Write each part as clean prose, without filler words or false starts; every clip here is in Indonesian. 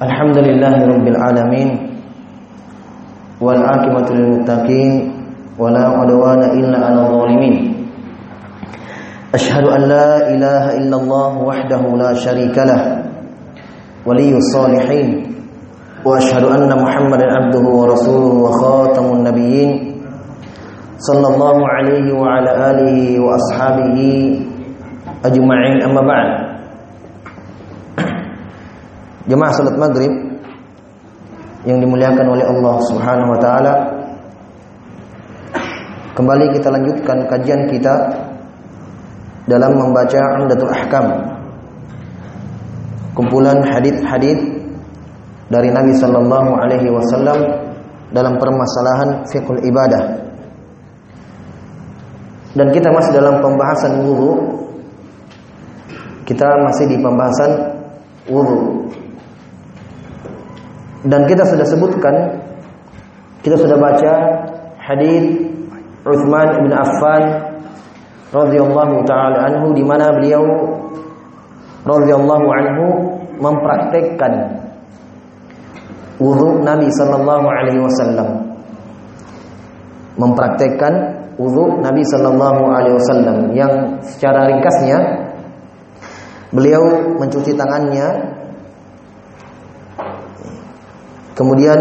Alhamdulillahirabbil alamin wal aqibatu lil muttaqin wala udwana illa 'alal zalimin. Asyhadu an la ilaha illallah wahdahu la syarika lah waliyyus shalihin wa asyhadu anna Muhammadan abduhu wa rasuluhu wa khatamun nabiyyin sallallahu alaihi wa ala alihi wa ashabihi ajma'in, amma ba'd. Jemaah salat maghrib yang dimuliakan oleh Allah Subhanahu wa taala, kembali kita lanjutkan kajian kita dalam membaca Umdatul Ahkam, kumpulan hadits-hadits dari Nabi sallallahu alaihi wasallam dalam permasalahan fiqhul ibadah. Dan kita masih dalam pembahasan wudu. Kita masih di pembahasan wudu. Dan kita sudah sebutkan, kita sudah baca hadis Utsman bin Affan radhiyallahu taala anhu, di mana beliau radhiyallahu anhu mempraktekkan wudu Nabi sallallahu alaihi wasallam. Mempraktekkan wudu Nabi sallallahu alaihi wasallam yang secara ringkasnya beliau mencuci tangannya, kemudian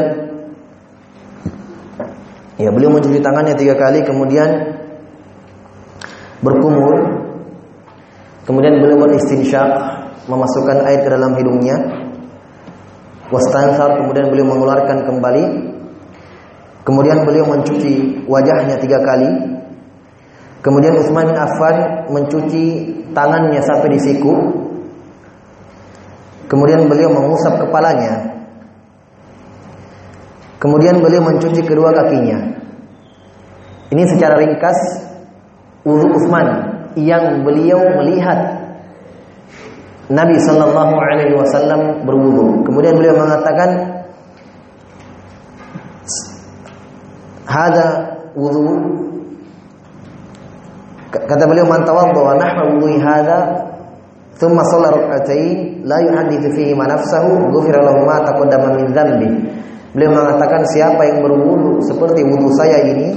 beliau mencuci tangannya 3 kali, kemudian berkumur, kemudian beliau beristinsyak, memasukkan air ke dalam hidungnya, wastansar, kemudian beliau mengeluarkan kembali, kemudian beliau mencuci wajahnya 3 kali, kemudian Utsman bin Affan mencuci tangannya sampai di siku, kemudian beliau mengusap kepalanya, kemudian beliau mencuci kedua kakinya. Ini secara ringkas wudu Utsman yang beliau melihat Nabi sallallahu alaihi wasallam berwudu. Kemudian beliau mengatakan, "Hada wudu." Kata beliau, "Man tawadda wa nahwa wudu'i hada thumma shalla rak'atain la yuhaddithu fihi ma nafsahu ghufira lahu ma taqaddama min dhanbi." Beliau mengatakan, siapa yang berwudu seperti wudu saya ini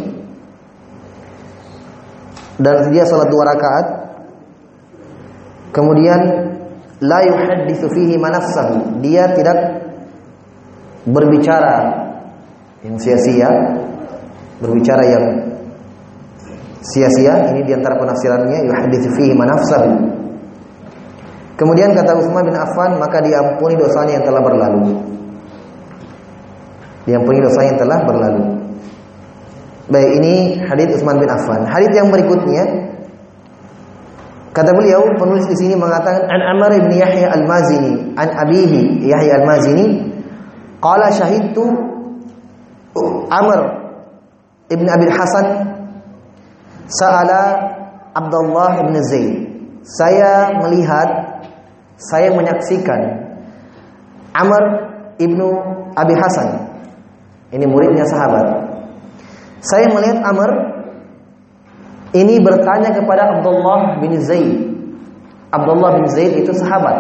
dan dia salat 2 rakaat, kemudian la yuhadditsu fihi ma nafsahu, dia tidak berbicara yang sia-sia, berbicara yang sia-sia, ini diantara penafsirannya, yuhadditsu fihi ma nafsahu. Kemudian kata Utsman bin Affan, maka diampuni dosanya yang telah berlalu. Diampuni dosa yang telah berlalu. Baik, ini hadits Utsman bin Affan. Hadits yang berikutnya, kata beliau, penulis di sini mengatakan, an Amr bin Yahya al-Mazini, an abihi Yahya al-Mazini, qala syahidtu Amr ibn Abi Hasan sa'ala Abdullah ibn Zaid. Saya melihat, saya menyaksikan Amr ibnu Abi Hasan. Ini muridnya sahabat. Saya melihat Amr ini bertanya kepada Abdullah bin Zaid. Abdullah bin Zaid itu sahabat.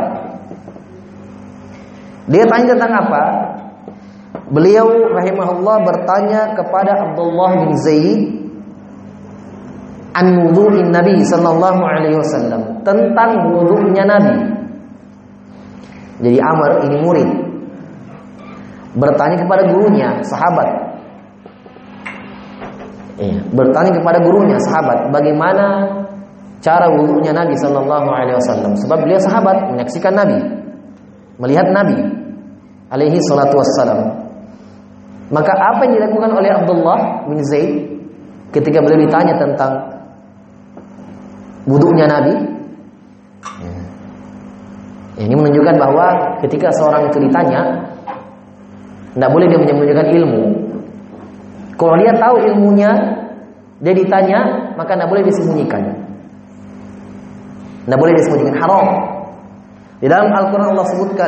Dia tanya tentang apa? Beliau rahimahullah bertanya kepada Abdullah bin Zaid an wudu'in Nabi sallallahu alaihi wasallam, tentang wudu'nya Nabi. Jadi Amr ini murid bertanya kepada gurunya, sahabat. Bertanya kepada gurunya, sahabat, bagaimana cara wudunya Nabi sallallahu alaihi wasallam. Sebab beliau sahabat, menyaksikan Nabi, melihat Nabi alaihi salatu wassalam. Maka apa yang dilakukan oleh Abdullah bin Zaid ketika beliau ditanya tentang wudunya Nabi? Ini menunjukkan bahwa ketika seorang itu ditanya, tidak boleh dia menyembunyikan ilmu. Kalau dia tahu ilmunya, dia ditanya, maka tidak boleh disembunyikan. Tidak boleh disembunyikan, haram. Di dalam Al-Quran Allah sebutkan,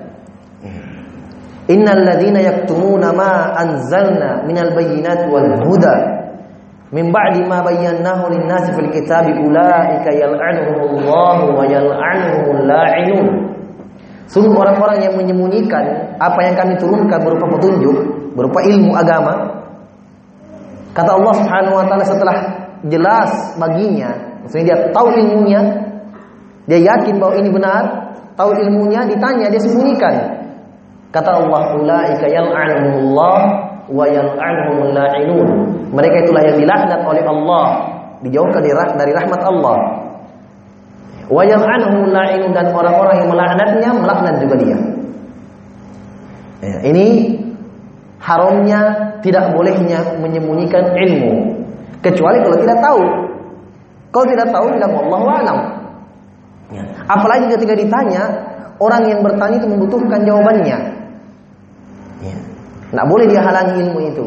innal ladzina yaktumuna ma anzalna minal bayyinati wal huda min ba'di ma bayyanahu lin-nasi fil kitabi ulaika yal'anuhumullahu wa yal'anuhumul la'inun. Sungguh orang-orang yang menyembunyikan apa yang kami turunkan berupa petunjuk, berupa ilmu agama. Kata Allah Subhanahu wa taala setelah jelas baginya, maksudnya dia tahu ilmunya, dia yakin bahwa ini benar, tahu ilmunya, ditanya dia sembunyikan. Kata Allah, ulaika yal'anuhumullah wa yal'anuhumul la'inun. Mereka itulah yang dilaknat oleh Allah, dijauhkan dari rahmat Allah. Wa yal'anuhumul la'inun, dan orang-orang yang melaknatnya melaknat juga dia. Ya, ini haramnya, tidak bolehnya menyembunyikan ilmu, kecuali kalau tidak tahu. Kalau tidak tahu bilang wallahu a'lam. Ya. Apalagi ketika ditanya, orang yang bertanya itu membutuhkan jawabannya. Ya. Tidak boleh dia halangi ilmu itu.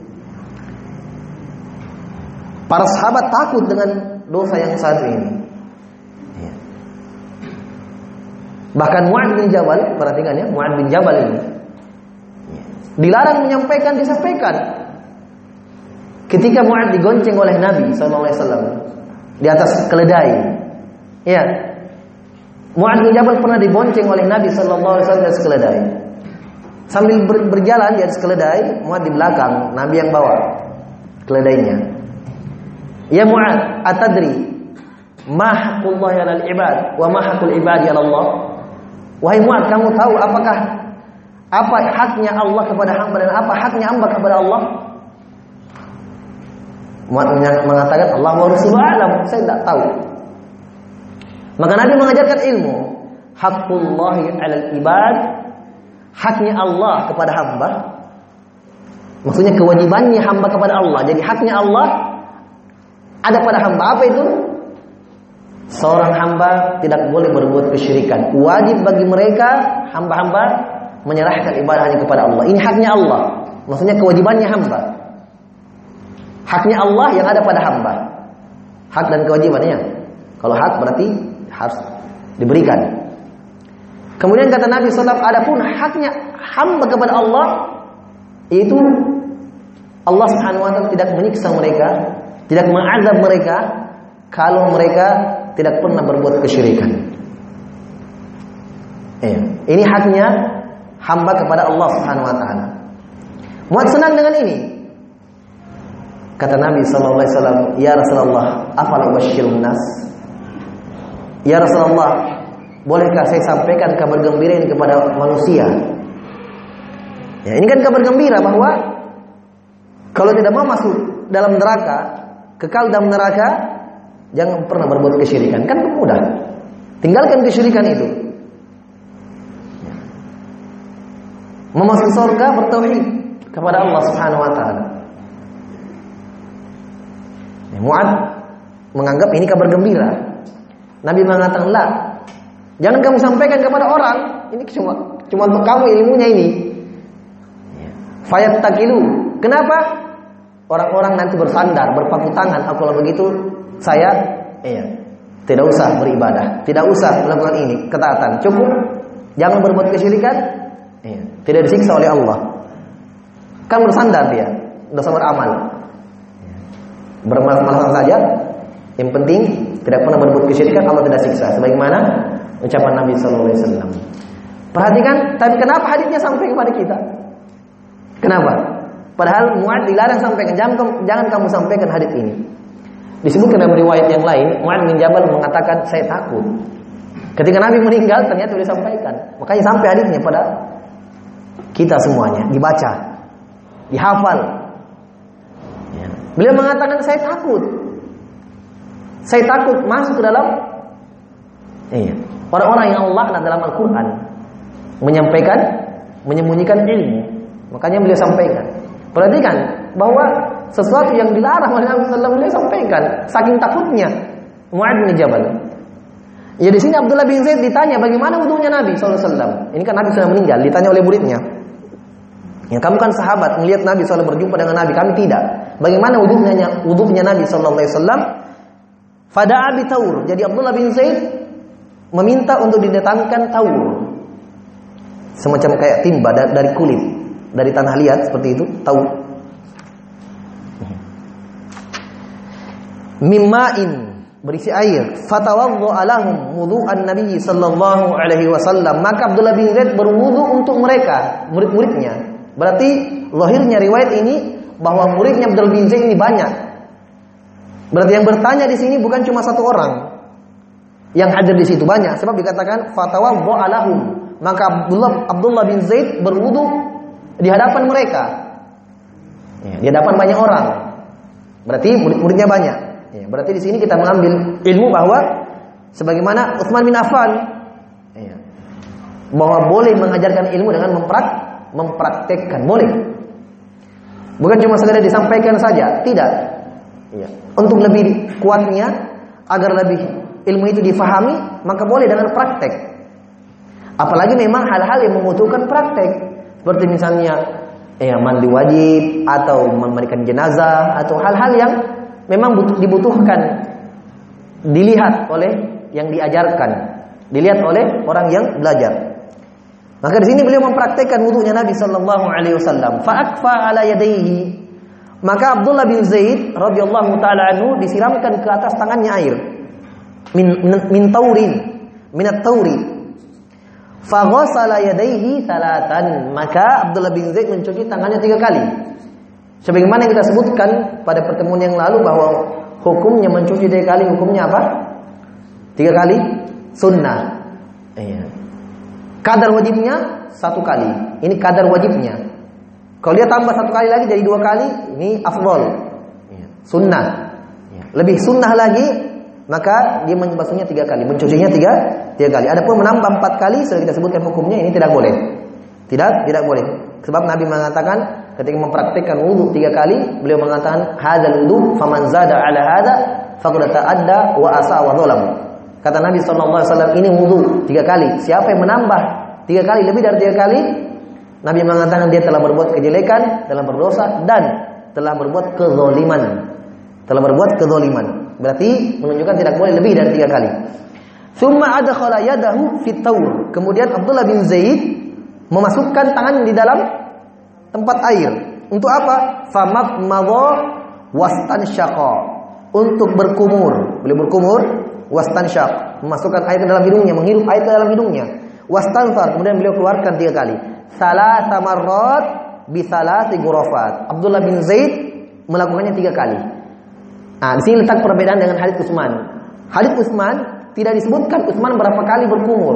Para sahabat takut dengan dosa yang satu ini. Ya. Bahkan Mu'adz bin Jabal, perhatikan ya, Mu'adz bin Jabal ini dilarang menyampaikan, disampaikan. Ketika Mu'adz digonceng oleh Nabi SAW di atas keledai, ya, Mu'adz bin Jabal pernah dibonceng oleh Nabi SAW di atas keledai. Sambil berjalan di atas keledai, Mu'adz di belakang, Nabi yang bawa keledainya. Ya Mu'adz, atadri ma haqqullahi 'alal ibad wa ma haqqul ibadi 'ala Allah? Wahai Mu'adz, kamu tahu apa haknya Allah kepada hamba dan apa haknya hamba kepada Allah? Mu'adz mengatakan Allah wa rasuluhu a'lam, saya tidak tahu. Maka Nabi mengajarkan ilmu, haqqullahi 'alal ibad, haknya Allah kepada hamba. Maksudnya kewajibannya hamba kepada Allah. Jadi haknya Allah ada pada hamba. Apa itu? Seorang hamba tidak boleh berbuat kesyirikan. Wajib bagi mereka hamba-hamba menyerahkan ibadahnya kepada Allah. Ini haknya Allah. Maksudnya kewajibannya hamba. Haknya Allah yang ada pada hamba. Hak dan kewajibannya. Kalau hak berarti harus diberikan. Kemudian kata Nabi SAW, adapun haknya hamba kepada Allah, yaitu Allah Subhanahu wa taala tidak menyiksa mereka, tidak mengazab mereka kalau mereka tidak pernah berbuat kesyirikan. Ini haknya hamba kepada Allah Subhanahu wa taala. Mu'adz senang dengan ini. Kata Nabi sallallahu alaihi wasallam, "Ya Rasulullah, afala ubasyirun nas?" Ya Rasulullah, bolehkah saya sampaikan kabar gembira ini kepada manusia? Ya, ini kan kabar gembira bahwa kalau tidak mau masuk dalam neraka, kekal dalam neraka, jangan pernah berbuat kesyirikan. Kan mudah. Tinggalkan kesyirikan itu. Memasuki surga bertauhid kepada Allah Subhanahu wa taala. Mu'adz menganggap ini kabar gembira. Nabi mengatakan, "La, jangan kamu sampaikan kepada orang. Ini cuma untuk kamu ilmunya ini." Fayattaqilu. Kenapa? Orang-orang nanti bersandar, berpatu tangan. Kalau begitu saya tidak usah beribadah, tidak usah melakukan ini, ketaatan. Cukup jangan berbuat kesyirikan. Tidak disiksa oleh Allah. Kan bersandar dia, tidak usah beramal. Bermalas-malasan saja. Yang penting tidak pernah berbuat kesyirikan, Allah tidak siksa. Sebagaimana ucapan Nabi sallallahu alaihi wasallam. Perhatikan, tapi kenapa hadisnya sampai kepada kita? Kenapa? Padahal Mu'adz dilarang sampaikan, jangan kamu sampaikan hadis ini. Disebutkan dalam riwayat yang lain, Mu'adz bin Jabal mengatakan, saya takut. Ketika Nabi meninggal, ternyata boleh sampaikan. Makanya sampai hadisnya pada kita semuanya, dibaca, dihafal. Beliau mengatakan, saya takut. Saya takut masuk ke dalam orang-orang yang Allah dalam Al-Quran menyampaikan, menyembunyikan ilmu. Makanya beliau sampaikan. Perhatikan bahwa sesuatu yang dilarang oleh Nabi SAW beliau sampaikan. Saking takutnya Mu'adz bin Jabal. Ya di sini Abdullah bin Zaid ditanya bagaimana wudunya Nabi SAW. Ini kan Nabi sudah meninggal. Ditanya oleh muridnya. Ya, kamu kan sahabat melihat Nabi SAW berjumpa dengan Nabi. Kami tidak. Bagaimana wudunya Nabi SAW? Fada'a bi taur. Jadi Abdullah bin Zaid meminta untuk didatangkan taur. Semacam kayak timba dari kulit, dari tanah liat seperti itu, taur. Mimma'in berisi air. Fatawaddu'a lahum wudu'an Nabi sallallahu alaihi wasallam. Maka Abdullah bin Zaid berwudu untuk mereka, murid-muridnya. Berarti lahirnya riwayat ini bahwa muridnya Abdullah bin Zaid ini banyak. Berarti yang bertanya di sini bukan cuma satu orang. Yang hadir di situ banyak, sebab dikatakan fatawaddu'a lahum. Maka Abdullah bin Zaid berwudu di hadapan mereka. Ya, di hadapan banyak orang. Berarti murid-muridnya banyak. Ya, berarti di sini kita mengambil ilmu bahwa sebagaimana Utsman bin Affan, ya, bahwa boleh mengajarkan ilmu dengan mempraktekkan, boleh. Bukan cuma sekadar disampaikan saja, tidak. Ya. Untuk lebih kuatnya, agar lebih ilmu itu difahami, maka boleh dengan praktek. Apalagi memang hal-hal yang membutuhkan praktek, seperti misalnya mandi wajib atau memberikan jenazah atau hal-hal yang memang dibutuhkan dilihat oleh yang diajarkan, dilihat oleh orang yang belajar. Maka di sini beliau mempraktekkan wudunya Nabi sallallahu alaihi wasallam. Fa akfa ala yadayhi. Maka Abdullah bin Zaid radhiyallahu taala anhu disiramkan ke atas tangannya air. Min taurin, minat tauri. Fa ghassala yadayhi salatan. Maka Abdullah bin Zaid mencuci tangannya 3 kali. Sebagaimana yang kita sebutkan pada pertemuan yang lalu bahwa hukumnya mencuci 3 kali, hukumnya apa? 3 kali sunnah. Iya. Kadar wajibnya 1 kali. Ini kadar wajibnya. Kalau dia tambah 1 kali lagi jadi 2 kali, ini afdal. Iya. Sunnah. Iya. Lebih sunnah lagi, maka dia membasuhnya 3 kali, mencucinya 3 kali. Adapun menambah 4 kali, sudah kita sebutkan hukumnya, ini tidak boleh. Tidak boleh. Sebab Nabi mengatakan ketika mempraktikkan wudu 3 kali, beliau mengatakan hadzal wudu faman zada ala hadza faqad ta'adda wa asa wa zalam. Kata Nabi sallallahu alaihi wasallam, ini wudu 3 kali. Siapa yang menambah 3 kali, lebih dari 3 kali, Nabi mengatakan dia telah berbuat kejelekan, telah berdosa dan telah berbuat kezaliman. Telah berbuat kezaliman. Berarti menunjukkan tidak boleh lebih dari 3 kali. Tsumma adkhala yadahu fit taur. Kemudian Abdullah bin Zaid memasukkan tangan di dalam tempat air. Untuk apa? Famadmadha wastansyaqa. Untuk berkumur. Beliau berkumur, wastansyaq, memasukkan air ke dalam hidungnya, menghirup air ke dalam hidungnya. Wastanthar, kemudian beliau keluarkan 3 kali. Salasa marrat bi salasi ghurafat. Abdullah bin Zaid melakukannya 3 kali. Nah, di sini letak perbedaan dengan hadits Utsman. Hadits Utsman tidak disebutkan Utsman berapa kali berkumur.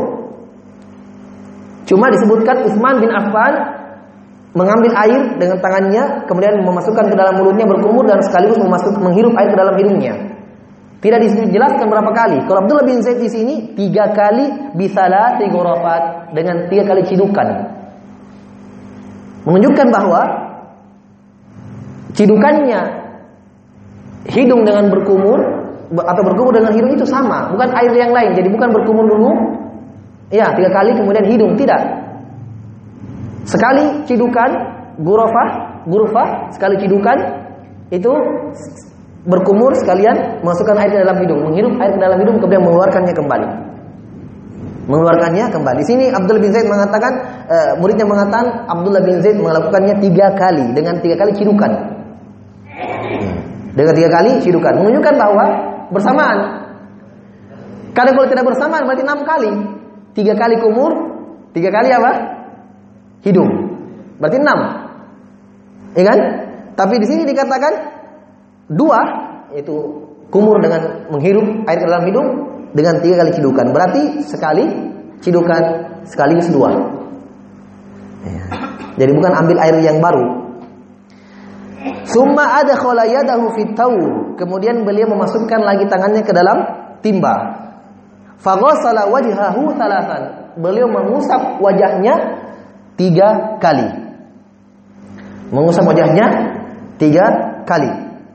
Cuma disebutkan Utsman bin Affan mengambil air dengan tangannya, kemudian memasukkan ke dalam mulutnya berkumur dan sekaligus menghirup air ke dalam hidungnya. Tidak dijelaskan berapa kali. Kalau Abdullah bin Zaid di sini 3 kali bisalati ghurafat, dengan 3 kali cidukan. Menunjukkan bahwa cidukannya hidung dengan berkumur atau berkumur dengan hidung itu sama, bukan air yang lain. Jadi bukan berkumur dulu, ya 3 kali kemudian hidung, tidak. Sekali cidukan, ghurafah, sekali cidukan itu berkumur sekalian masukkan air ke dalam hidung, menghirup air ke dalam hidung kemudian mengeluarkannya kembali. Di sini Abdullah bin Zaid mengatakan, muridnya mengatakan Abdullah bin Zaid melakukannya 3 kali dengan 3 kali cidukan. Dengan 3 kali cidukan menunjukkan bahwa bersamaan. Kadang kalau tidak bersamaan berarti 6 kali. 3 kali kumur, 3 kali apa? Hidung. Berarti 6. Ya kan? Tapi di sini dikatakan 2, yaitu kumur dengan menghirup air ke dalam hidung dengan 3 kali cidukan. Berarti sekali cidukan sekaligus 2. Ya. Jadi bukan ambil air yang baru. Summa adkhala yadahu fit taur. Kemudian beliau memasukkan lagi tangannya ke dalam timba. Fa ghassala wajhahu thalathan. Beliau mengusap wajahnya 3 kali. Mengusap wajahnya 3 kali.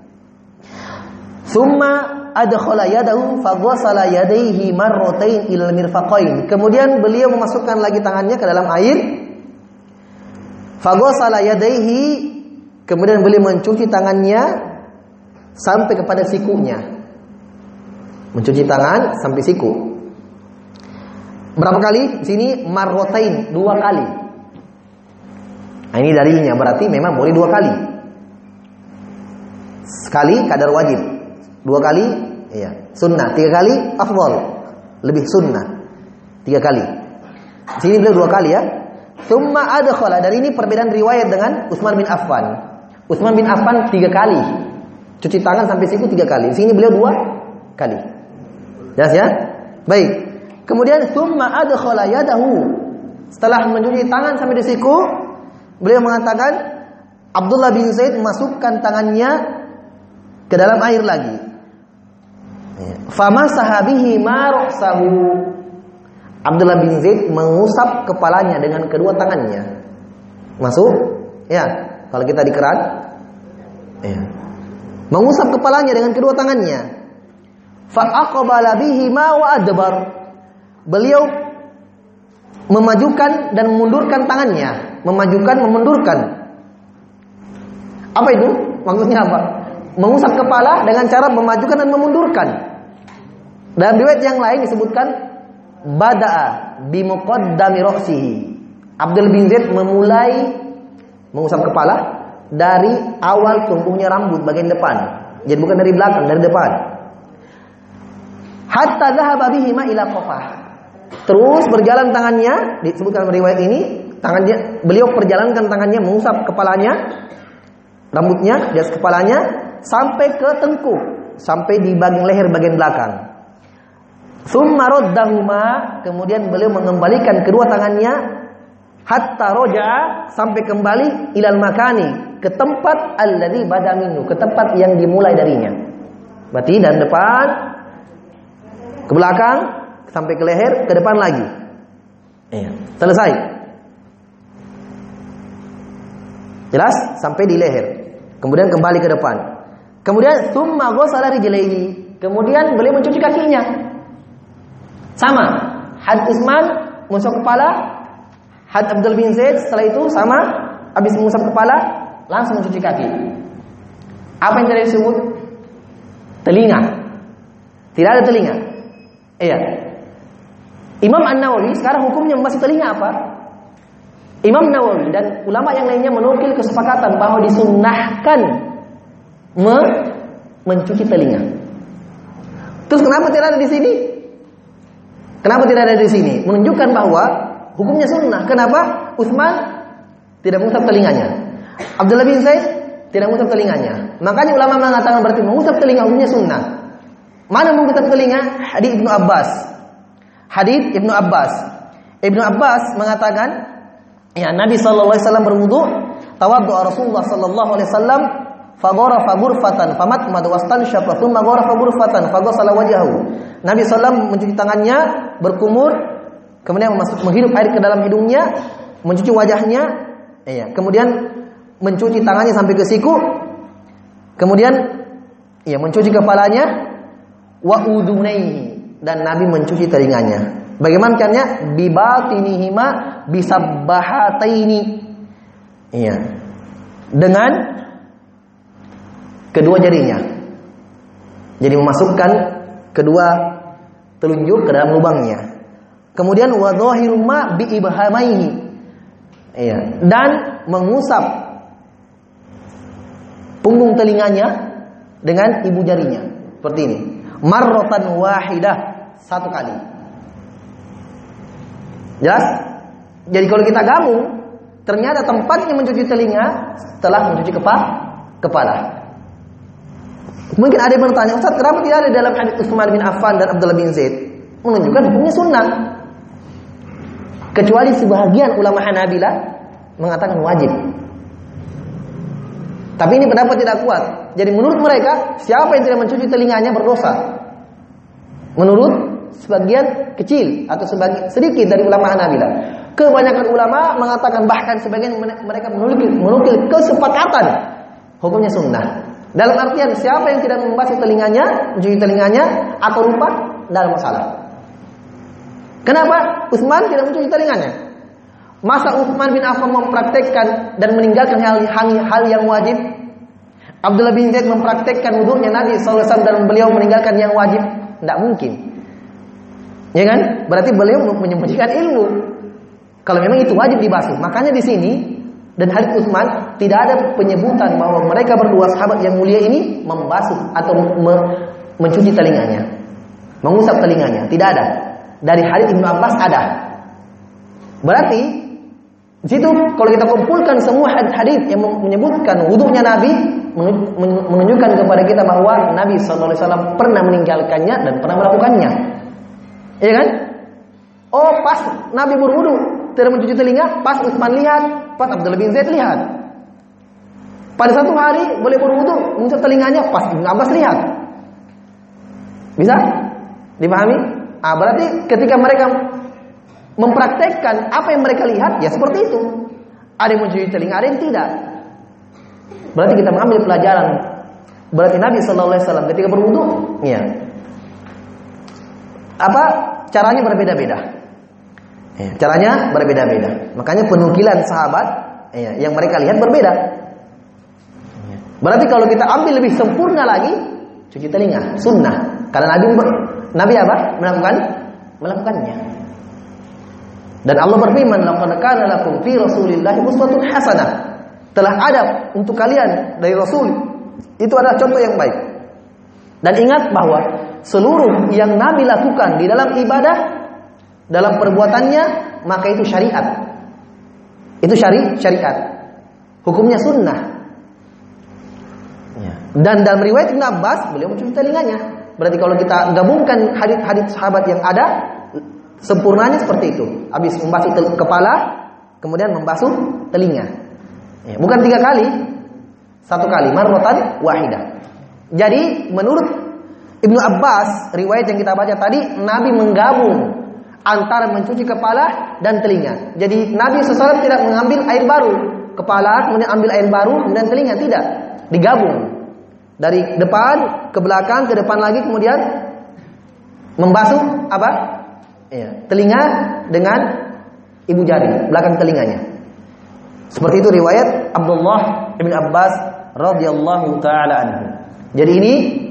Summa adkhala yadahu fa ghassala yadayhi marratain ilal mirfaqain. Kemudian beliau memasukkan lagi tangannya ke dalam air. Fa ghassala yadayhi. Kemudian beliau mencuci tangannya sampai kepada sikunya. Mencuci tangan sampai siku. Berapa kali? Di sini marratain, 2 kali. Nah, ini dalilnya, berarti memang boleh 2 kali. Sekali kadar wajib. 2 kali Iya, sunnah 3 kali afdal. Lebih sunnah 3 kali. Di sini beliau 2 kali ya. Tsumma adkhala. Dari ini perbedaan riwayat dengan Utsman bin Affan. Utsman bin Affan 3 kali. Cuci tangan sampai siku 3 kali. Di sini beliau 2 kali. Jelas ya? Baik. Kemudian tsumma adkhala yadahu. Setelah mencuci tangan sampai di siku, beliau mengatakan Abdullah bin Zaid masukkan tangannya ke dalam air lagi. Famasaha bihi ma ra'sahu. Abdullah bin Zaid mengusap kepalanya dengan kedua tangannya. Masuk? Ya. Kalau kita di keran, ya. Mengusap kepalanya dengan kedua tangannya. Fa aqbala bihi ma wa adbar. Beliau memajukan dan memundurkan tangannya. Memajukan, memundurkan. Apa itu? Maksudnya apa? Mengusap kepala dengan cara memajukan dan memundurkan. Dalam riwayat yang lain disebutkan bada'a bi muqaddami ra'sihi. Abdul bin Zaid memulai mengusap kepala dari awal tumbuhnya rambut bagian depan. Jadi bukan dari belakang, dari depan. Hatta dhahaba bihi ma ila qafah. Terus berjalan tangannya, disebutkan riwayat ini, tangannya beliau perjalankan tangannya mengusap kepalanya, rambutnya di atas kepalanya sampai ke tengkuk, sampai di bagian leher bagian belakang. Tsumma raddahuma, kemudian beliau mengembalikan kedua tangannya hatta roja'a, sampai kembali ilal makani, ke tempat alladzi bada minhu, ke tempat yang dimulai darinya. Berarti dari depan ke belakang sampai ke leher, ke depan lagi. Iya, selesai. Jelas? Sampai di leher. Kemudian kembali ke depan. Kemudian tsumma ghasala rijlaihi, kemudian beliau mencuci kakinya. Sama. Had Utsman mengusap kepala, Had Abdul bin Zaid setelah itu sama, habis mengusap kepala langsung mencuci kaki. Apa yang tadi disebut? Telinga. Tidak ada telinga. Iya. Imam An-Nawawi sekarang hukumnya membahas telinga apa? Imam Nawawi dan ulama yang lainnya menukil kesepakatan bahwa disunnahkan mencuci telinga. Terus kenapa tidak ada di sini? Kenapa tidak ada di sini? Menunjukkan bahwa hukumnya sunnah. Kenapa? Utsman tidak mengusap telinganya. Abdullah bin Zaid tidak mengusap telinganya. Makanya ulama mengatakan berarti mengusap telinga hukumnya sunnah. Mana mengusap telinga? Hadits Ibnu Abbas. Hadits Ibnu Abbas. Ibnu Abbas mengatakan, ya, Nabi sallallahu alaihi wasallam berwudu, tawaddu'a Rasulullah sallallahu alaihi wasallam, fagharafa ghurfatan famatmad wastanshaqa thumma gharafa ghurfatan faghasala wajhahu. Nabi sallallahu mencuci tangannya, berkumur, kemudian menghirup air ke dalam hidungnya, mencuci wajahnya, ya, kemudian mencuci tangannya sampai ke siku, kemudian ya mencuci kepalanya, wa udunaihi, dan Nabi mencuci telinganya. Bagaimana caranya? Bibatinihima bisabbahataini. Iya. Dengan kedua jarinya. Jadi memasukkan kedua telunjuk ke dalam lubangnya. Kemudian wa dhahiruma biibhamaihi. Iya, dan mengusap punggung telinganya dengan ibu jarinya. Seperti ini. Marratan wahidah, satu kali. Jelas? Jadi kalau kita gabung, ternyata tempatnya mencuci telinga setelah mencuci kepala. Mungkin ada yang bertanya, Ustaz, kenapa tidak ada dalam hadits Utsman bin Affan dan Abdullah bin Zaid? Menunjukkan hukumnya sunnah. Kecuali sebahagian ulama Hanabilah mengatakan wajib. Tapi ini pendapat tidak kuat. Jadi menurut mereka, siapa yang tidak mencuci telinganya berdosa. Menurut sebagian kecil atau sedikit dari ulama Hanabilah. Kebanyakan ulama mengatakan, bahkan sebagian mereka menukil kesepakatan hukumnya sunnah. Dalam artian siapa yang tidak membasuh telinganya, mencuci telinganya atau lupa, tidak ada masalah. Kenapa? Utsman tidak mencuci telinganya. Masa Utsman bin Affan mempraktekkan dan meninggalkan hal yang wajib? Abdullah bin Zaid mempraktekkan wudunya Nabi SAW dan beliau meninggalkan yang wajib? Tidak mungkin. Ya kan? Berarti beliau menyembunyikan ilmu. Kalau memang itu wajib dibasuh. Makanya di sini dan hadits Utsman tidak ada penyebutan bahwa mereka berdua sahabat yang mulia ini membasuh atau mencuci telinganya, mengusap telinganya. Tidak ada. Dari hadits Ibnu Abbas ada. Berarti di situ kalau kita kumpulkan semua hadits yang menyebutkan wudunya Nabi, menunjukkan kepada kita bahwa Nabi SAW pernah meninggalkannya dan pernah melakukannya. Iya kan? Oh, pas Nabi berwudu tidak mencuci telinga, pas Utsman lihat, pas Abdullah bin Zaid lihat. Pada satu hari boleh berwudu, mencuci telinganya, pas Ibnu Abbas lihat. Bisa? Dipahami? Berarti ketika mereka mempraktekkan apa yang mereka lihat, ya seperti itu. Ada yang mencuci telinga, ada yang tidak. Berarti kita mengambil pelajaran. Berarti Nabi SAW ketika berwudu, ya, caranya berbeda-beda. Ya, caranya berbeda-beda. Makanya penukilan sahabat, ya, yang mereka lihat berbeda. Ya. Berarti kalau kita ambil lebih sempurna lagi, cuci telinga, sunnah. Karena Nabi apa? Melakukannya. Dan Allah berfirman, "Laqad kana lakum fi Rasulillahi uswatun hasanah." Telah ada untuk kalian dari Rasul itu adalah contoh yang baik. Dan ingat bahwa seluruh yang Nabi lakukan di dalam ibadah, dalam perbuatannya, maka itu syariat. Itu syariat. Hukumnya sunnah. Dan dalam riwayat Ibnu Abbas, beliau mencuci telinganya. Berarti kalau kita gabungkan hadits sahabat yang ada, sempurnanya seperti itu. Habis membasuh kepala, kemudian membasuh telinga. Ya, bukan 3 kali, 1 kali, marratan wahidah. Jadi menurut Ibnu Abbas, riwayat yang kita baca tadi, Nabi menggabung antara mencuci kepala dan telinga. Jadi Nabi SAW tidak mengambil air baru, kepala kemudian ambil air baru, kemudian telinga, tidak. Digabung. Dari depan ke belakang, ke depan lagi, kemudian membasuh apa? Ya, telinga dengan ibu jari, belakang telinganya. Seperti itu riwayat Abdullah bin Abbas radhiyallahu taala anhu. Jadi ini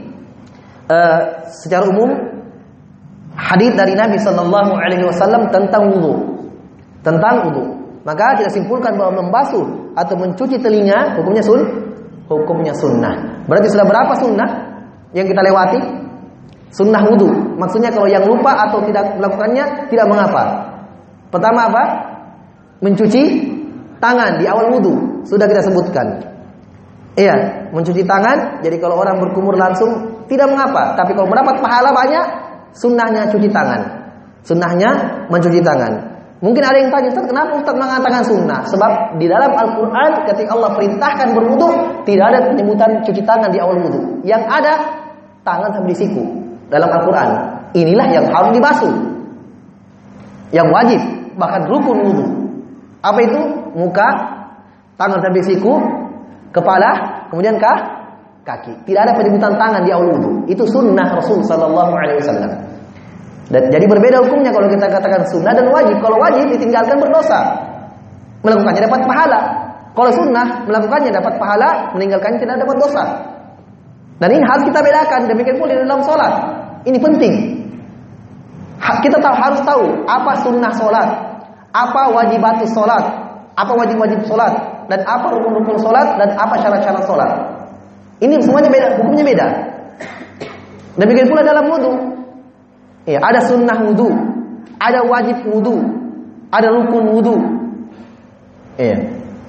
secara umum hadis dari Nabi sallallahu alaihi wasallam tentang wudu. Maka kita simpulkan bahwa membasuh atau mencuci telinga hukumnya sunnah. Berarti sudah berapa sunnah yang kita lewati? Sunnah wudu. Maksudnya kalau yang lupa atau tidak melakukannya tidak mengapa. Pertama apa? Mencuci tangan di awal wudu. Sudah kita sebutkan. Iya, mencuci tangan. Jadi kalau orang berkumur langsung tidak mengapa. Tapi kalau mendapat pahala banyak, sunnahnya cuci tangan. Sunnahnya mencuci tangan. Mungkin ada yang tanya, Ustaz, kenapa Ustaz mengatakan sunnah? Sebab di dalam Al-Quran ketika Allah perintahkan berwudu, tidak ada penyebutan cuci tangan di awal wudu. Yang ada tangan sampai di siku dalam Al-Quran. Inilah yang harus dibasuh, yang wajib, bahkan rukun wudu. Apa itu? Muka, tangan sampai siku, kepala, kemudian kaki. Tidak ada penyebutan tangan di awal wudu. Itu sunnah Rasul sallallahu alaihi wasallam. Dan jadi berbeda hukumnya kalau kita katakan sunnah dan wajib. Kalau wajib ditinggalkan berdosa, melakukannya dapat pahala. Kalau sunnah melakukannya dapat pahala, meninggalkannya tidak dapat dosa. Dan ini harus kita bedakan. Demikian pula di dalam sholat. Ini penting. Kita harus tahu apa sunnah sholat, apa wajibatus sholat, apa wajib-wajib sholat, dan apa rukun-rukun sholat, dan apa syarat-syarat sholat. Ini semuanya beda, hukumnya beda. Demikian pula dalam wudu. Ya, ada sunnah wudu, ada wajib wudu, ada rukun wudu. Ya.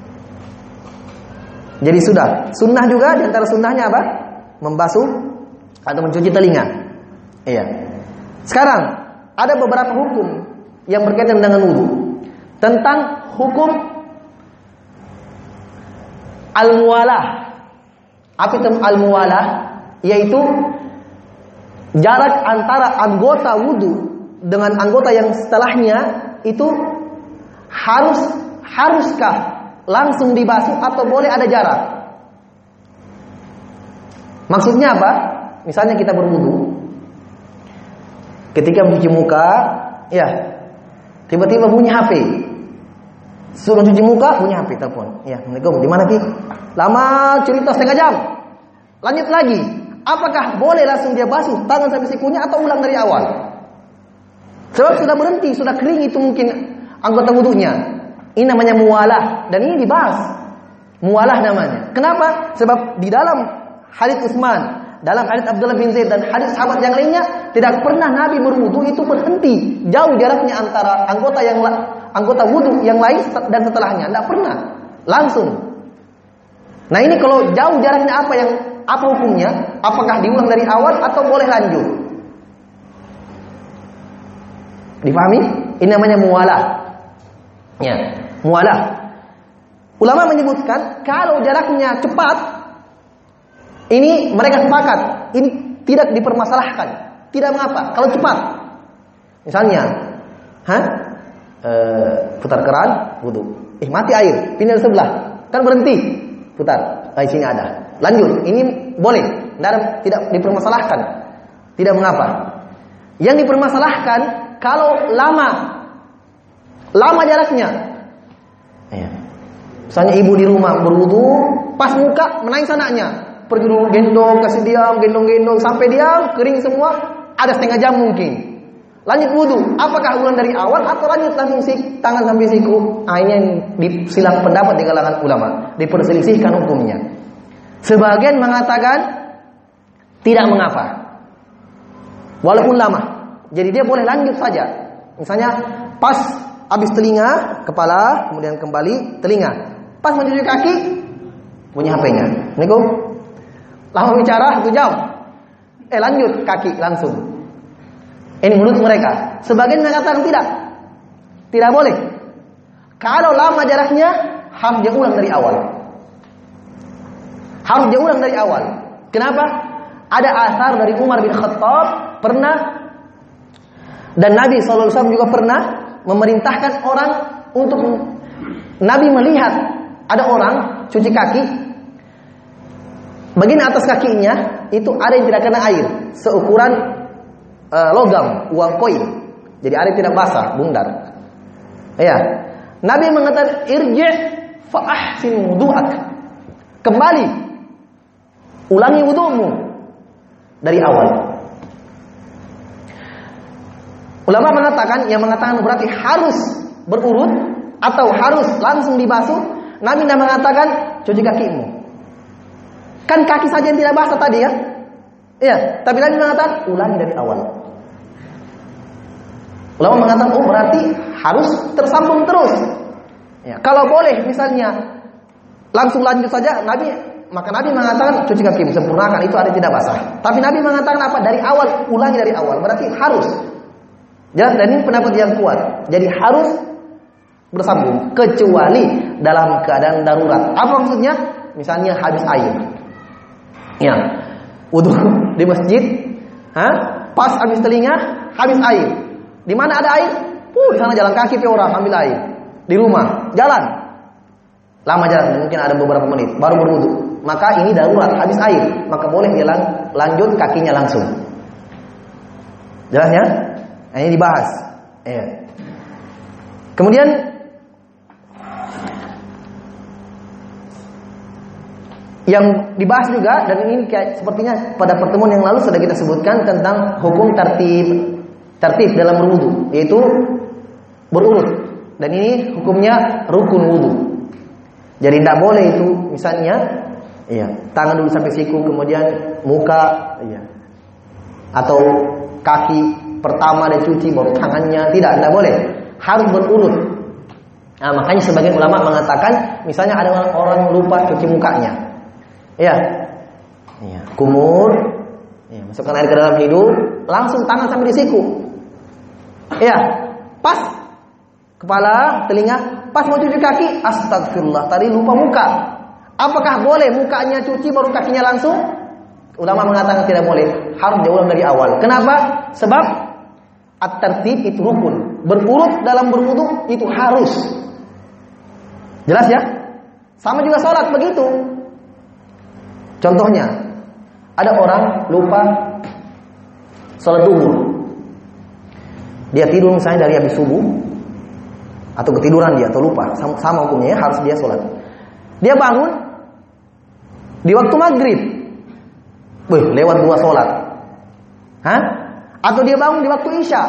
Jadi sudah, sunnah juga di antara sunnahnya apa? Membasuh atau mencuci telinga. Iya. Sekarang ada beberapa hukum yang berkaitan dengan wudu. Tentang hukum al-muwalah. Apa itu al-muwalah? Yaitu jarak antara anggota wudu dengan anggota yang setelahnya itu haruskah langsung dibasuh atau boleh ada jarak? Maksudnya apa? Misalnya kita berwudu, ketika mencuci muka, ya, tiba-tiba bunyi HP. Suruh cuci muka, bunyi HP, telepon. Ya, Assalamualaikum, di mana Ki? Lama cerita setengah jam. Lanjut lagi. Apakah boleh langsung dia basuh tangan sampai sikunya atau ulang dari awal? Sebab sudah berhenti, sudah kering itu mungkin anggota wudunya. Ini namanya muwalah dan ini dibahas. Muwalah namanya. Kenapa? Sebab di dalam hadits Utsman dalam hadits Abdullah bin Zaid dan hadits sahabat yang lainnya, tidak pernah Nabi berwudu itu berhenti jauh jaraknya antara anggota wudu yang lain dan setelahnya. Tidak pernah, langsung. Nah ini kalau jauh jaraknya apa hukumnya? Apakah diulang dari awal atau boleh lanjut? Difahami? Ini namanya muwalah. Ya, muwalah. Ulama menyebutkan kalau jaraknya cepat, ini mereka sepakat, ini tidak dipermasalahkan, tidak mengapa. Kalau cepat, misalnya, putar keran, wudu, mati air, pindah sebelah, kan berhenti, putar, sini ada, lanjut, ini boleh, tidak dipermasalahkan, tidak mengapa. Yang dipermasalahkan kalau lama jaraknya. Misalnya ibu di rumah berwudu, pas muka menangis anaknya, pergi dulu gendong, kasih diam, gendong sampai diam, kering semua, ada setengah jam mungkin. Lanjut wudu, apakah ulang dari awal atau lanjut langsung tangan sampai siku? Ini yang disilang pendapat di kalangan ulama, diperselisihkan hukumnya. Sebagian mengatakan tidak mengapa, walaupun lama. Jadi dia boleh lanjut saja. Misalnya pas habis telinga, kepala, kemudian kembali telinga. Pas mencuci kaki, punya HP-nya. Assalamualaikum. Lama bicara 1 jam. Lanjut kaki langsung. Ini menurut mereka. Sebagian mengatakan tidak. Tidak boleh. Kalau lama jaraknya, harus dia ulang dari awal. Harus dia ulang dari awal. Kenapa? Ada asar dari Umar bin Khattab pernah, dan Nabi SAW juga pernah memerintahkan orang untuk, Nabi melihat ada orang cuci kaki, bagian atas kakinya itu ada yang tidak kena air, seukuran logam, uang koin. Jadi ada yang tidak basah, bundar. Ya, Nabi mengatakan irji' fa ahsin wudu'ak. Kembali, ulangi wudu'mu dari awal. Ulama mengatakan, yang mengatakan berarti harus berurut atau harus langsung dibasuh. Nabi tidak mengatakan cuci kakimu. Kan kaki saja yang tidak basah tadi ya. Iya, tapi Nabi mengatakan ulangi dari awal. Ulama mengatakan berarti harus tersambung terus. Ya, kalau boleh misalnya langsung lanjut saja, maka Nabi mengatakan cuci kakimu, sempurnakan, itu ada tidak basah. Tapi Nabi mengatakan apa? Dari awal, ulangi dari awal. Berarti harus. Jelas, dan ini pendapat yang kuat. Jadi harus bersambung, kecuali dalam keadaan darurat. Apa maksudnya? Misalnya habis air. Ya, wudu di masjid, pas habis telinga, habis air. Di mana ada air? Di sana jalan kaki orang ambil air. Di rumah, jalan. Lama jalan, mungkin ada beberapa menit, baru berwudu. Maka ini darurat, habis air. Maka boleh dia lanjut kakinya langsung. Jelas ya? Nah, ini dibahas. Ya. Kemudian yang dibahas juga, dan ini sepertinya pada pertemuan yang lalu sudah kita sebutkan tentang hukum tertib dalam berwudu, yaitu berurut. Dan ini hukumnya rukun wudu. Jadi tidak boleh itu misalnya, tangan dulu sampai siku, kemudian muka, atau kaki pertama dia cuci baru tangannya, tidak boleh. Harus berurut. Nah, makanya sebagian ulama mengatakan, misalnya ada orang lupa cuci mukanya. Kumur, masukkan air ke dalam hidung, langsung tangan sampai di siku. Pas kepala, telinga, pas mau cuci kaki, astagfirullah, tadi lupa muka. Apakah boleh mukanya cuci baru kakinya langsung? Ulama mengatakan tidak boleh, harus diulang dari awal. Kenapa? Sebab at-tertib itu rukun. Berurut dalam berwudu itu harus. Jelas ya? Sama juga sholat begitu. Contohnya, ada orang lupa sholat duhur. Dia tidur misalnya dari habis subuh, atau ketiduran dia, atau lupa, sama hukumnya ya, harus dia sholat. Dia bangun di waktu maghrib, lewat 2 sholat. Atau dia bangun di waktu isya,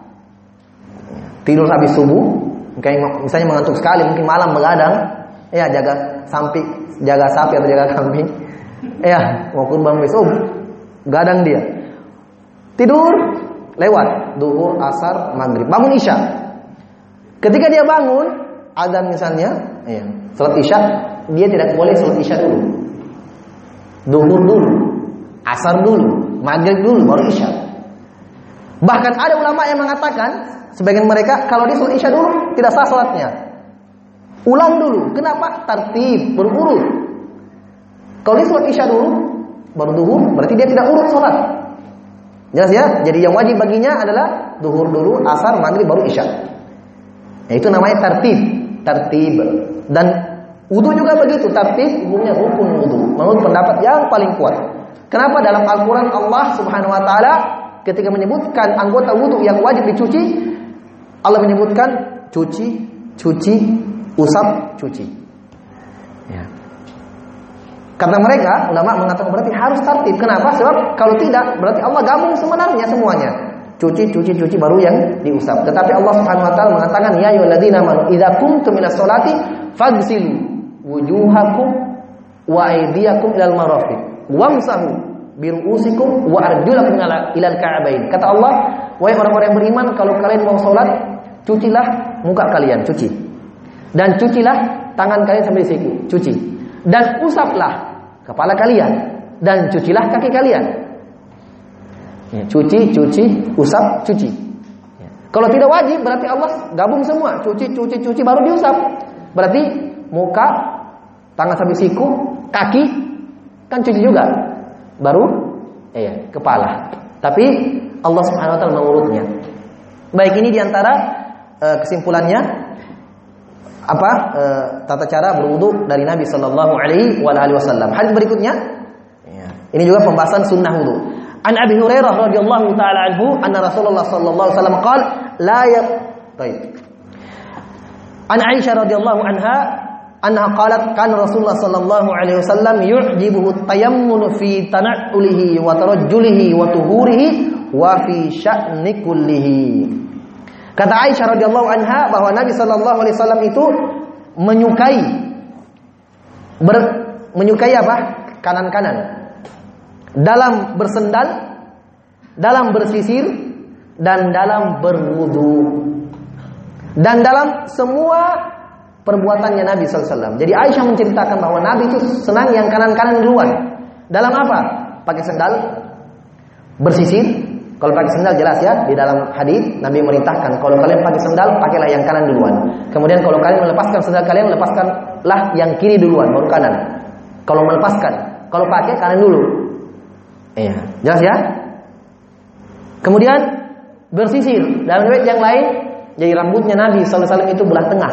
tidur habis subuh, misalnya mengantuk sekali, mungkin malam begadang, jaga sapi atau jaga kambing, mau kurban besok, Gadang dia. Tidur, lewat duhur, asar, maghrib, bangun isya. Ketika dia bangun, azan misalnya, salat isya, dia tidak boleh salat isya dulu. Duhur dulu, asar dulu, maghrib dulu, baru isya. Bahkan ada ulama yang mengatakan, sebagian mereka kalau dia salat isya dulu tidak sah salatnya. Ulang dulu. Kenapa? Tertib, berurut. Kalau dia salat isya dulu baru duhur, berarti dia tidak urut salat. Jelas ya? Jadi yang wajib baginya adalah duhur dulu, asar, maghrib, baru isya. Itu namanya tertib. Dan wudu juga begitu, tertib hukumnya rukun wudu. Menurut pendapat yang paling kuat. Kenapa dalam Al-Qur'an Allah Subhanahu wa taala ketika menyebutkan anggota wudu yang wajib dicuci, Allah menyebutkan cuci, usap, cuci. Ya. Kata mereka, ulama mengatakan berarti harus tertib. Kenapa? Sebab kalau tidak, berarti Allah gabung sebenarnya semuanya. Cuci baru yang diusap. Tetapi Allah Subhanahu wa taala mengatakan, ya ayyuhalladzina amanu idza qumtum minas sholati faghsilu wujuhakum wa aydiyakum ilal marafiq wamsahu biru'usikum wa arjulakum ilal ka'bain. Kata Allah, wahai orang-orang yang beriman, kalau kalian mau salat, cucilah muka kalian, cuci. Dan cucilah tangan kalian sampai siku, cuci. Dan usaplah kepala kalian dan cucilah kaki kalian. Cuci, usap, cuci. Kalau tidak wajib berarti Allah gabung semua, cuci baru diusap. Berarti muka, tangan sampai siku, kaki kan cuci juga. Baru kepala. Tapi Allah Subhanahu wa taala mengurutnya. Baik, ini diantara kesimpulannya tata cara berwudu dari Nabi sallallahu alaihi wasallam. Hadis berikutnya, ini juga pembahasan sunnah wudu. An Abi Hurairah radhiyallahu taala anhu anna Rasulullah sallallahu alaihi wasallam qala la ya Baik. An Aisyah radhiyallahu anha qalat kan Rasulullah sallallahu alaihi wasallam yu'jibuhu at-tayammun fi tana'ulihi wa tarajjulihi wa tuhurihi wa fi sya'ni kullihi. Kata Aisyah radhiyallahu anha bahwa Nabi sallallahu alaihi wasallam itu menyukai apa? Kanan-kanan. Dalam bersendal, dalam bersisir, dan dalam berwudu. Dan dalam semua perbuatannya Nabi sallallahu alaihi wasallam. Jadi Aisyah menceritakan bahwa Nabi itu senang yang kanan-kanan duluan. Dalam apa? Pakai sendal, bersisir. Kalau pakai sendal jelas ya, di dalam hadis Nabi merintahkan kalau kalian pakai sendal, pakailah yang kanan duluan. Kemudian kalau kalian melepaskan sendal kalian, lepaskanlah yang kiri duluan, baru kanan. Kalau melepaskan, kalau pakai kanan dulu. Iya, jelas ya? Kemudian bersisir. Dalam riwayat yang lain, jadi rambutnya Nabi sallallahu alaihi wasallam itu belah tengah.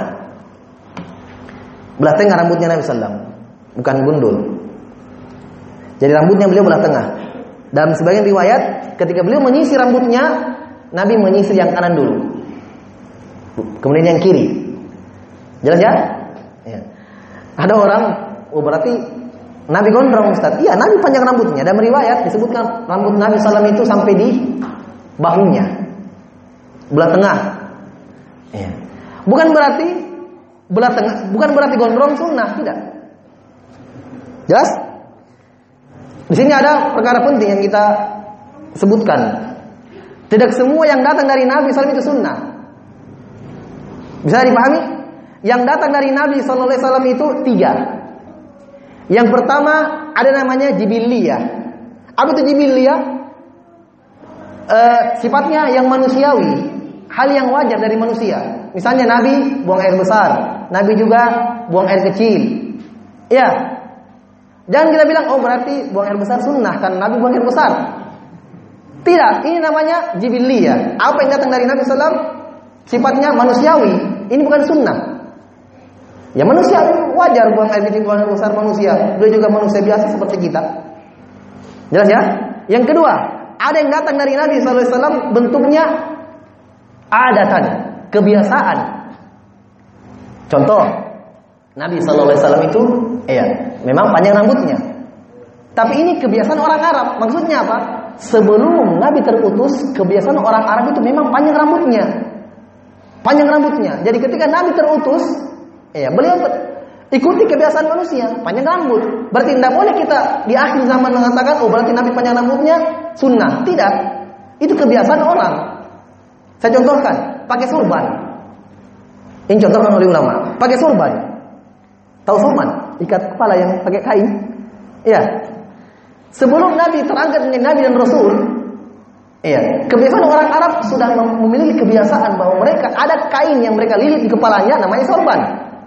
Belah tengah rambutnya Nabi sallallahu alaihi wasallam, bukan gundul. Jadi rambutnya beliau belah tengah. Dalam sebagian riwayat, ketika beliau menyisir rambutnya, Nabi menyisir yang kanan dulu, kemudian yang kiri. Jelas ya? Ya. Ada orang, berarti Nabi gondrong Ustaz. Iya, Nabi panjang rambutnya. Dalam riwayat disebutkan rambut Nabi SAW itu sampai di bahunya, belah tengah. Ya. Bukan berarti belah tengah, bukan berarti gondrong sunnah, tidak. Jelas? Di sini ada perkara penting yang kita sebutkan. Tidak semua yang datang dari Nabi SAW itu sunnah. Bisa dipahami? Yang datang dari Nabi SAW itu 3. Yang pertama ada namanya jibiliyah. Apa itu jibiliyah? Sifatnya yang manusiawi, hal yang wajar dari manusia. Misalnya Nabi buang air besar, Nabi juga buang air kecil. Ya. Jangan kita bilang, berarti buang air besar sunnah, kan Nabi buang air besar. Tidak, ini namanya jibiliyah. Apa yang datang dari Nabi SAW sifatnya manusiawi. Ini bukan sunnah. Ya manusia wajar buang air kecil, buang air besar manusia. Beliau juga manusia biasa seperti kita. Jelas ya? Yang kedua, ada yang datang dari Nabi SAW bentuknya adatan, kebiasaan. Contoh, Nabi SAW itu memang panjang rambutnya. Tapi ini kebiasaan orang Arab. Maksudnya apa? Sebelum Nabi terutus, kebiasaan orang Arab itu memang panjang rambutnya. Panjang rambutnya. Jadi ketika Nabi terutus, beliau Ikuti kebiasaan manusia, panjang rambut. Berarti tidak boleh kita di akhir zaman mengatakan, oh berarti Nabi panjang rambutnya sunnah. Tidak. Itu kebiasaan orang. Saya contohkan, pakai surban. Ini contohkan oleh ulama. Pakai surban. Tahu surban? Ikat kepala yang pakai kain. Iya. Sebelum Nabi terangkat menjadi Nabi dan Rasul, iya, kebiasaan orang Arab sudah memiliki kebiasaan bahwa mereka ada kain yang mereka lilit di kepalanya, namanya sorban.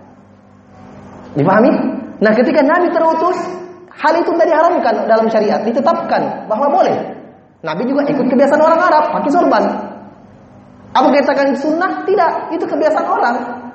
Dipahami? Nah, ketika Nabi terutus, hal itu tidak diharamkan dalam syariat, ditetapkan bahwa boleh. Nabi juga ikut kebiasaan orang Arab, pakai sorban. Apa katakan sunnah? Tidak, itu kebiasaan orang.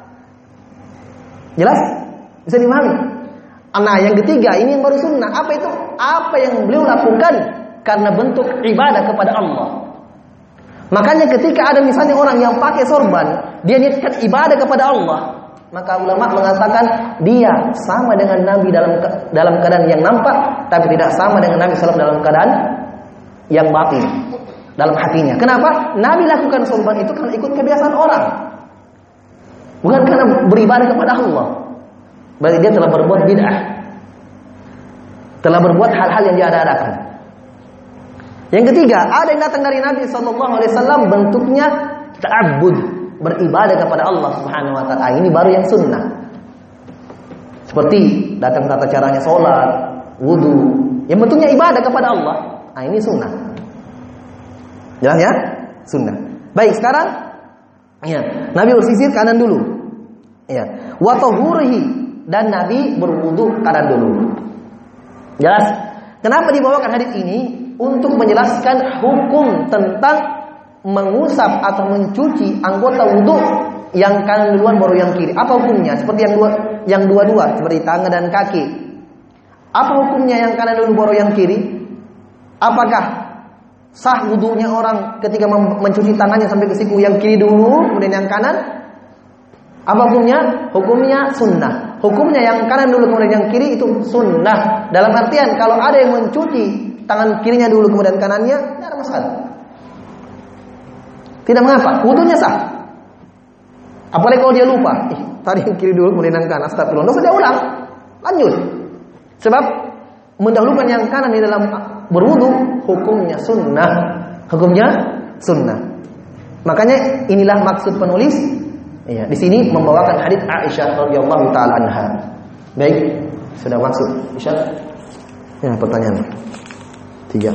Jelas? Bisa dipahami? Nah, yang ketiga, ini yang baru sunnah. Apa itu? Apa yang beliau lakukan karena bentuk ibadah kepada Allah. Makanya ketika ada misalnya orang yang pakai sorban, dia niatkan ibadah kepada Allah, maka ulama mengatakan dia sama dengan Nabi dalam keadaan yang nampak, tapi tidak sama dengan Nabi SAW dalam keadaan yang batin, dalam hatinya. Kenapa? Nabi lakukan sorban itu karena ikut kebiasaan orang, bukan karena beribadah kepada Allah. Berarti dia telah berbuat bid'ah, telah berbuat hal-hal yang dia ada-adakan. Yang ketiga, ada yang datang dari Nabi SAW bentuknya ta'abbud, beribadah kepada Allah Subhanahu Wa Taala. Ini baru yang sunnah. Seperti datang tata caranya sholat, wudu, yang bentuknya ibadah kepada Allah. Nah, ini sunnah. Jelas ya? Sunnah. Baik, sekarang ya, Nabi bersisir kanan dulu. Ya, wa tahurihi, dan Nabi berwudu kanan dulu. Jelas? Kenapa dibawakan hadis ini? Untuk menjelaskan hukum tentang mengusap atau mencuci anggota wudu yang kanan duluan baru yang kiri. Apa hukumnya? Seperti yang dua-dua, seperti tangan dan kaki. Apa hukumnya yang kanan dulu baru yang kiri? Apakah sah wudunya orang ketika mencuci tangannya sampai ke siku, yang kiri dulu kemudian yang kanan? Apa hukumnya? Hukumnya sunnah. Hukumnya yang kanan dulu kemudian yang kiri itu sunnah. Dalam artian kalau ada yang mencuci tangan kirinya dulu kemudian kanannya, tidak ada masalah. Tidak mengapa, wudunya sah. Apalagi kalau dia lupa, tadi yang kiri dulu kemudian yang kanan, astagfirullah, tidak usah dia ulang, lanjut. Sebab mendahulukan yang kanan di dalam berwudu hukumnya sunnah. Hukumnya sunnah. Makanya inilah maksud penulis. Ya, di sini membawakan hadits Aisyah radhiyallahu taala anha. Baik, sudah maksud Aisyah. Ya, pertanyaan 3.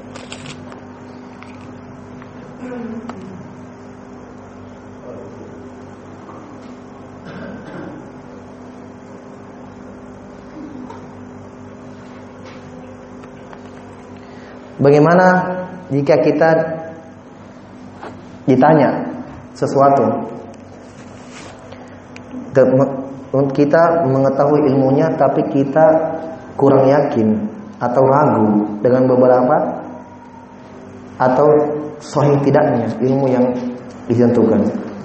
Bagaimana jika kita ditanya sesuatu, kita mengetahui ilmunya tapi kita kurang yakin atau ragu dengan beberapa atau sahih tidaknya ilmu yang ditentukan.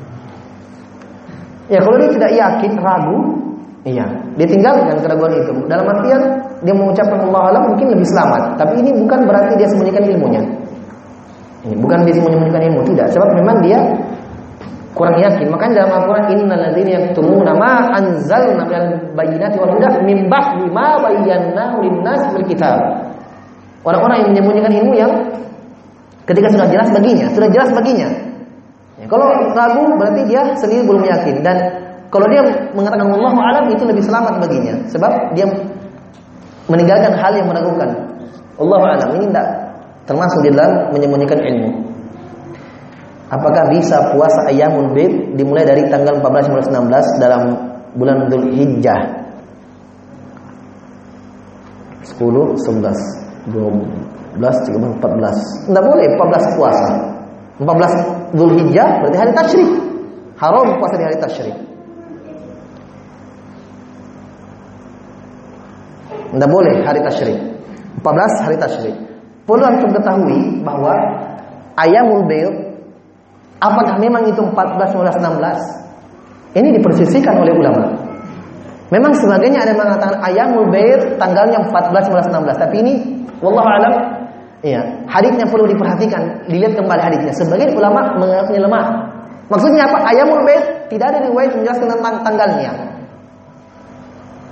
Ya, kalau dia tidak yakin, ragu, iya, dia tinggalkan keraguan itu. Dalam artian dia mengucapkan Allah alam mungkin lebih selamat, tapi ini bukan berarti dia sembunyikan ilmunya. Ini bukan dia sembunyikan ilmu, tidak. Sebab memang dia kurang yakin. Makanya dalam Al-Quran, innal ladzina yaktumuna ma anzalna minal bayyinati wal huda min ba'di ma bayyanahu lin-nas fil kitab. Orang-orang yang menyembunyikan ilmu yang ketika sudah jelas baginya. Ya, kalau ragu berarti dia sendiri belum yakin, dan kalau dia mengatakan wallahu alam itu lebih selamat baginya, sebab dia meninggalkan hal yang meragukan. Allahu alam ini tidak termasuk di dalam menyembunyikan ilmu. Apakah bisa puasa Ayyamul Bid dimulai dari tanggal 14, 15, 16 dalam bulan Dzulhijjah? 10, 11, 12, 13, 14. Tidak boleh 14 puasa. 14 Dzulhijjah berarti hari tasyrik. Haram puasa di hari tasyrik. Tidak boleh hari tasyrik. 14 hari tasyrik. Perlu antum ketahui bahwa Ayyamul Bid, apakah memang itu 14, 15, 16? Ini dipersisikan oleh ulama. Memang sebagainya ada yang mengatakan Ayyamul Bid tanggalnya 14, 15, 16. Tapi ini wallahu alam, iya, hadisnya perlu diperhatikan, dilihat kembali hadisnya. Sebagian ulama menganggapnya lemah. Maksudnya apa? Ayyamul Bid tidak ada riwayat menjelaskan tentang tanggalnya.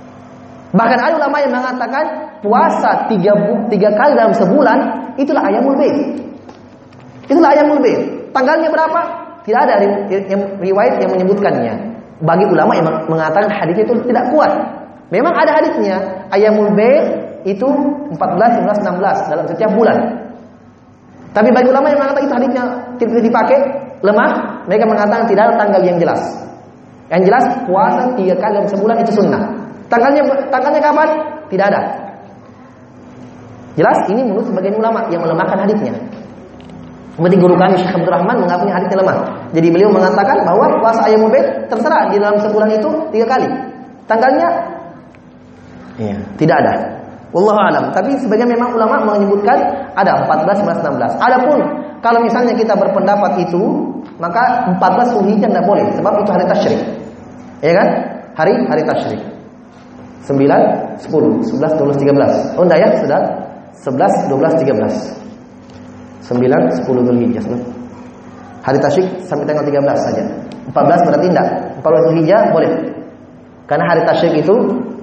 Bahkan ada ulama yang mengatakan puasa tiga kali dalam sebulan itulah ayyamul bid. Itulah ayyamul bid. Tanggalnya berapa? Tidak ada riwayat yang menyebutkannya. Bagi ulama yang mengatakan hadis itu tidak kuat. Memang ada hadisnya, ayyamul bid itu 14, 15, 16 dalam setiap bulan. Tapi bagi ulama yang mengatakan itu hadisnya tidak dipakai, lemah, mereka mengatakan tidak ada tanggal yang jelas. Yang jelas puasa 3 kali dalam sebulan itu sunnah. Tanggalnya kapan? Tidak ada. Jelas ini menurut sebagian ulama yang melemahkan hadisnya. Seperti guru kami Syekh Abdul Rahman mengakui hadisnya lemah. Jadi beliau mengatakan bahwa puasa ayyamul bid terserah di dalam sebulan itu 3 kali. Tanggalnya tidak ada. Wallahu alam. Tapi sebagian memang ulama menyebutkan ada 14, 15, 16. Adapun kalau misalnya kita berpendapat itu, maka 14 Zulhijjah tidak boleh sebab itu hari tasyrik. Ya kan? Hari tasyrik. 9, 10, 11, 12, 13. Oh enggak ya? Sudah 11, 12, 13. 9, 10 Zulhijjah. Hari tasyrik sampai tanggal 13 saja. 14 berarti enggak. 14 Zulhijjah boleh. Karena hari tasyrik itu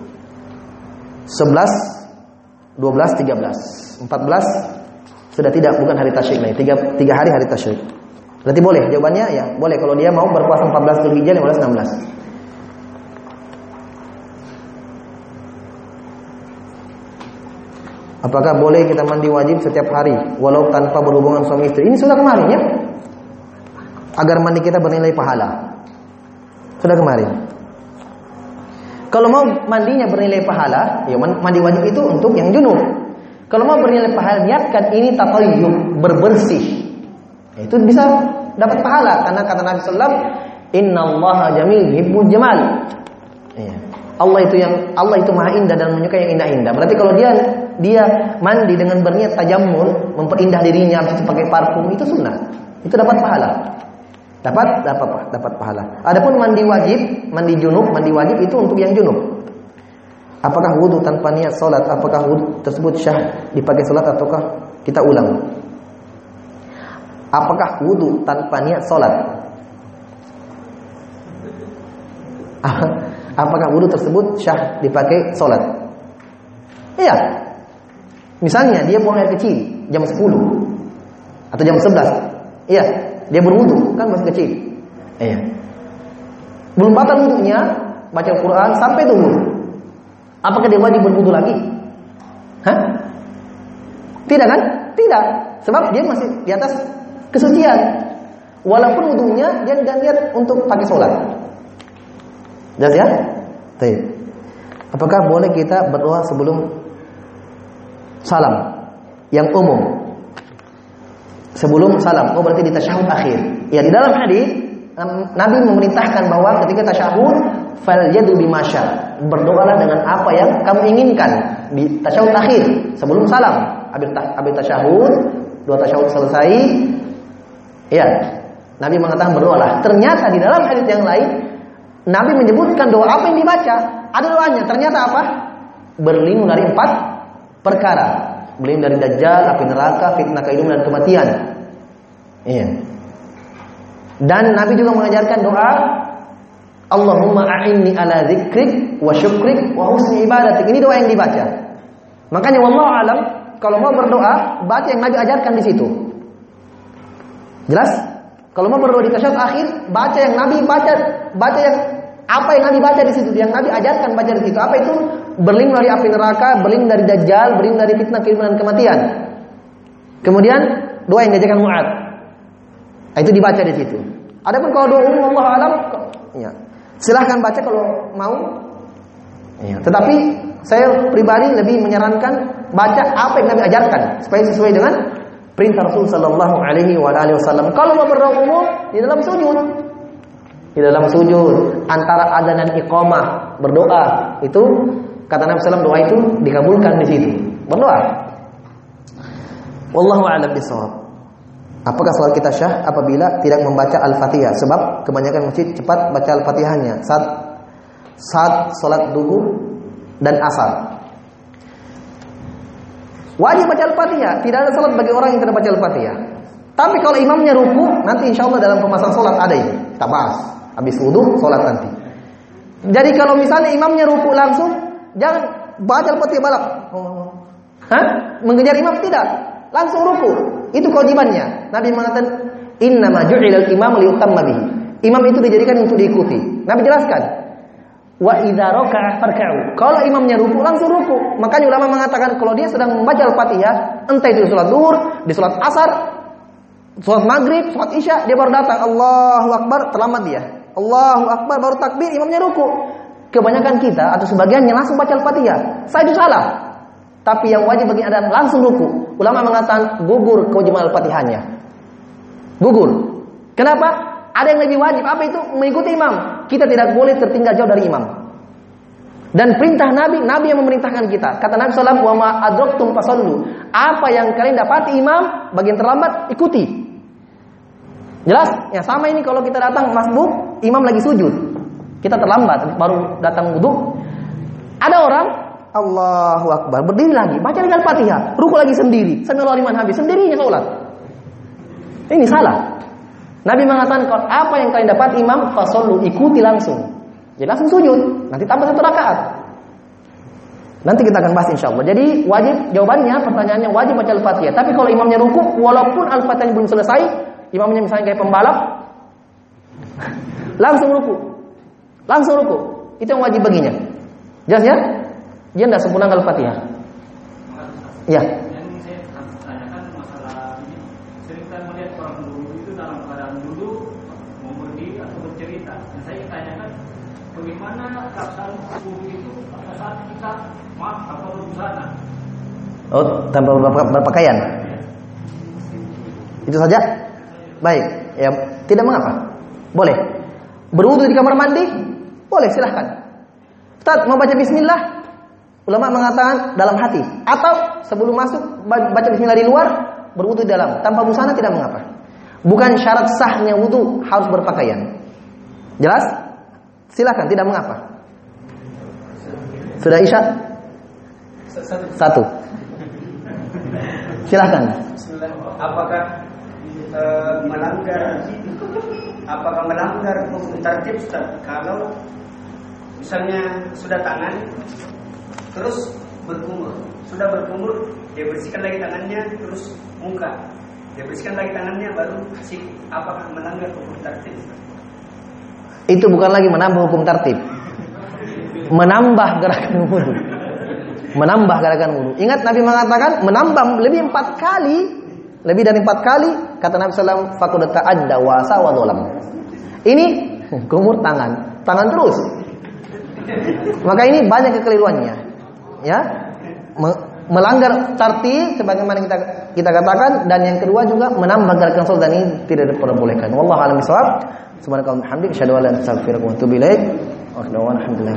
11, 12, 13. 14 sudah tidak, bukan hari tasyrik lagi. 3 hari hari tasyrik. Berarti boleh. Jawabannya ya, boleh kalau dia mau berpuasa 14 Zulhijjah, 15, 16. Apakah boleh kita mandi wajib setiap hari walau tanpa berhubungan suami istri? Ini sudah kemarin ya. Agar mandi kita bernilai pahala. Sudah kemarin. Kalau mau mandinya bernilai pahala, ya mandi wajib itu untuk yang junub. Kalau mau bernilai pahala, niatkan ini tatayyub, berbersih. Ya, itu bisa dapat pahala karena kata Nabi sallallahu alaihi wasallam, "Innallaha jamil yuhibbul jamal." Ya. Allah itu maha indah dan menyukai yang indah-indah. Berarti kalau dia mandi dengan berniat tajammul, memperindah dirinya seperti pakai parfum, itu sunnah. Itu dapat pahala. Dapat pahala. Adapun mandi wajib, mandi junub, mandi wajib itu untuk yang junub. Apakah wudu tanpa niat salat, apakah wudu tersebut syah dipakai salat ataukah kita ulang? Apakah wudu tanpa niat salat? Apakah wudu tersebut syah dipakai salat? Iya. Misalnya dia buang air kecil jam 10 atau jam 11. Iya, dia berwudu, kan masih kecil. Iya. Belum batal wudunya, baca Al-Qur'an sampai zuhur. Apakah dia wajib berwudu lagi? Hah? Tidak kan? Tidak. Sebab dia masih di atas kesucian. Walaupun wudunya dia tidak niat untuk pakai salat. Jelas ya? Baik. Apakah boleh kita berdoa sebelum salam yang umum? Sebelum salam. Oh berarti di tasyahud akhir. Ya di dalam hadis Nabi memerintahkan bahwa ketika tasyahud falyadu bimasya. Berdoalah dengan apa yang kamu inginkan di tasyahud akhir sebelum salam. Habis tasyahud, 2 tasyahud selesai. Ya. Nabi mengatakan berdoalah. Ternyata di dalam hadis yang lain Nabi menyebutkan doa apa yang dibaca. Ada doanya. Ternyata apa? Berlindung dari 4 perkara. Berlindung dari dajjal, api neraka, fitnah kehidupan dan kematian. Iya. Dan Nabi juga mengajarkan doa Allahumma a'inni ala dzikrik wa syukrik wa husni ibadatik. Ini doa yang dibaca. Makanya wallahu alam kalau mau berdoa baca yang Nabi ajarkan di situ. Jelas? Kalau mau berdoa di tasyahud akhir, baca yang Nabi baca yang apa yang Nabi baca di situ, yang Nabi ajarkan baca di situ. Apa itu? Berlindung dari api neraka, berlindung dari dajjal, berlindung dari fitnah kehidupan dan kematian. Kemudian doa yang diajarkan Mu'adz. Itu dibaca di situ. Adapun kalau doa umum Allah alam, ya, silahkan baca kalau mau. Ya, tetapi saya pribadi lebih menyarankan baca apa yang Nabi ajarkan supaya sesuai dengan perintah Rasul sallallahu alaihi wasallam. Kalau mau berdoa umum di dalam sujud. Di dalam sujud antara adzan dan iqamah berdoa itu kata Nabi sallallahu doa itu dikabulkan di situ. Berdoa. Wallahu a'lam bishawab. Apakah salat kita syah apabila tidak membaca Al-Fatihah? Sebab kebanyakan masjid cepat baca Al-Fatihahnya saat salat duhur dan asar. Wajib baca Al-Fatihah. Tidak ada salat bagi orang yang tidak baca Al-Fatihah. Tapi kalau imamnya ruku, nanti insya Allah dalam pembahasan salat ada ini. Kita bahas. Habis wudu, salat nanti. Jadi kalau misalnya imamnya ruku langsung, Jangan baca Al-Fatihah balap. Mengejar imam tidak. Langsung ruku. Itu kewajibannya. Nabi mengatakan, "Innama ju'ilal imamu liyutamma bihi." Imam itu dijadikan untuk diikuti. Nabi jelaskan, "Wa idza raka'a farka'u." Kalau imamnya ruku, langsung ruku. Makanya ulama mengatakan kalau dia sedang membaca Al-Fatihah, entah itu di salat zuhur, di salat asar, salat maghrib, salat isya, dia baru datang, Allahu Akbar, terlambat dia. Allahu Akbar, baru takbir, imamnya ruku. Kebanyakan kita atau sebagiannya langsung baca Al-Fatihah. Saya itu salah. Tapi yang wajib bagi Anda langsung ruku. Ulama mengatakan gugur kewajiban Al-Fatihahnya. Gugur. Kenapa? Ada yang lebih wajib, apa itu? Mengikuti imam. Kita tidak boleh tertinggal jauh dari imam. Dan perintah Nabi yang memerintahkan kita. Kata Nabi SAW, "Wa ma adraktum fasallu." Apa yang kalian dapati imam, bagian terlambat, ikuti. Jelas? Ya sama ini kalau kita datang masbuk, imam lagi sujud. Kita terlambat, baru datang wudhu. Ada orang, Allahu Akbar, berdiri lagi, baca lagi Al-Fatihah, ruku lagi sendiri, sambil liman habis, sendirinya sholat. Ini salah. Nabi mengatakan kalau apa yang kalian dapat imam fasallu, ikuti langsung. Jadi langsung sujud, nanti tambah 1 rakaat. Nanti kita akan bahas insyaallah. Jadi wajib, jawabannya pertanyaannya wajib baca Al-Fatihah. Tapi kalau imamnya ruku, walaupun Al-Fatihah belum selesai, imamnya misalnya kayak pembalap, langsung ruku. Langsung ruku. Itu yang wajib baginya. Jelas ya? Dia tidak sempurna Al-Fatihah. Ya. Bagaimana keabsahan wudhu itu pada saat kita atau berbusana? Oh, tanpa berpakaian. Itu saja? Baik, ya tidak mengapa. Boleh. Berwudu di kamar mandi? Boleh, silahkan. Ustaz, mau baca bismillah? Ulama mengatakan dalam hati. Atau sebelum masuk baca bismillah di luar, berwudu di dalam. Tanpa busana tidak mengapa. Bukan syarat sahnya wudu harus berpakaian. Jelas? Silakan, tidak mengapa. Sudah isya? 1. Silakan. Apakah melanggar hukum tertib, Ustaz? Kalau misalnya sudah tangan terus berkumur, dia bersihkan lagi tangannya, terus muka, dia bersihkan lagi tangannya, baru kasih, apakah melanggar hukum tertib, Ustaz? Itu bukan lagi menambah hukum tertib, menambah gerakan wudu. Menambah gerakan wudu. Ingat Nabi mengatakan menambah lebih 4 kali, lebih dari 4 kali. Kata Nabi SAW, faqad ta'adda wa sa wa dhalam. Ini kumur tangan terus. Maka ini banyak kekeliruannya. Ya, melanggar tertib sebagaimana kita katakan, dan yang kedua juga menambah gerakan sholat, dan ini tidak diperbolehkan. Wallahu a'lam bishawab. Subhanakallahumma wa bihamdika asyhadu an la ilaha illa anta astaghfiruka wa atubu ilaik. Wa alhamdulillah.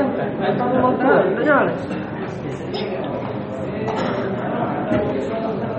Atau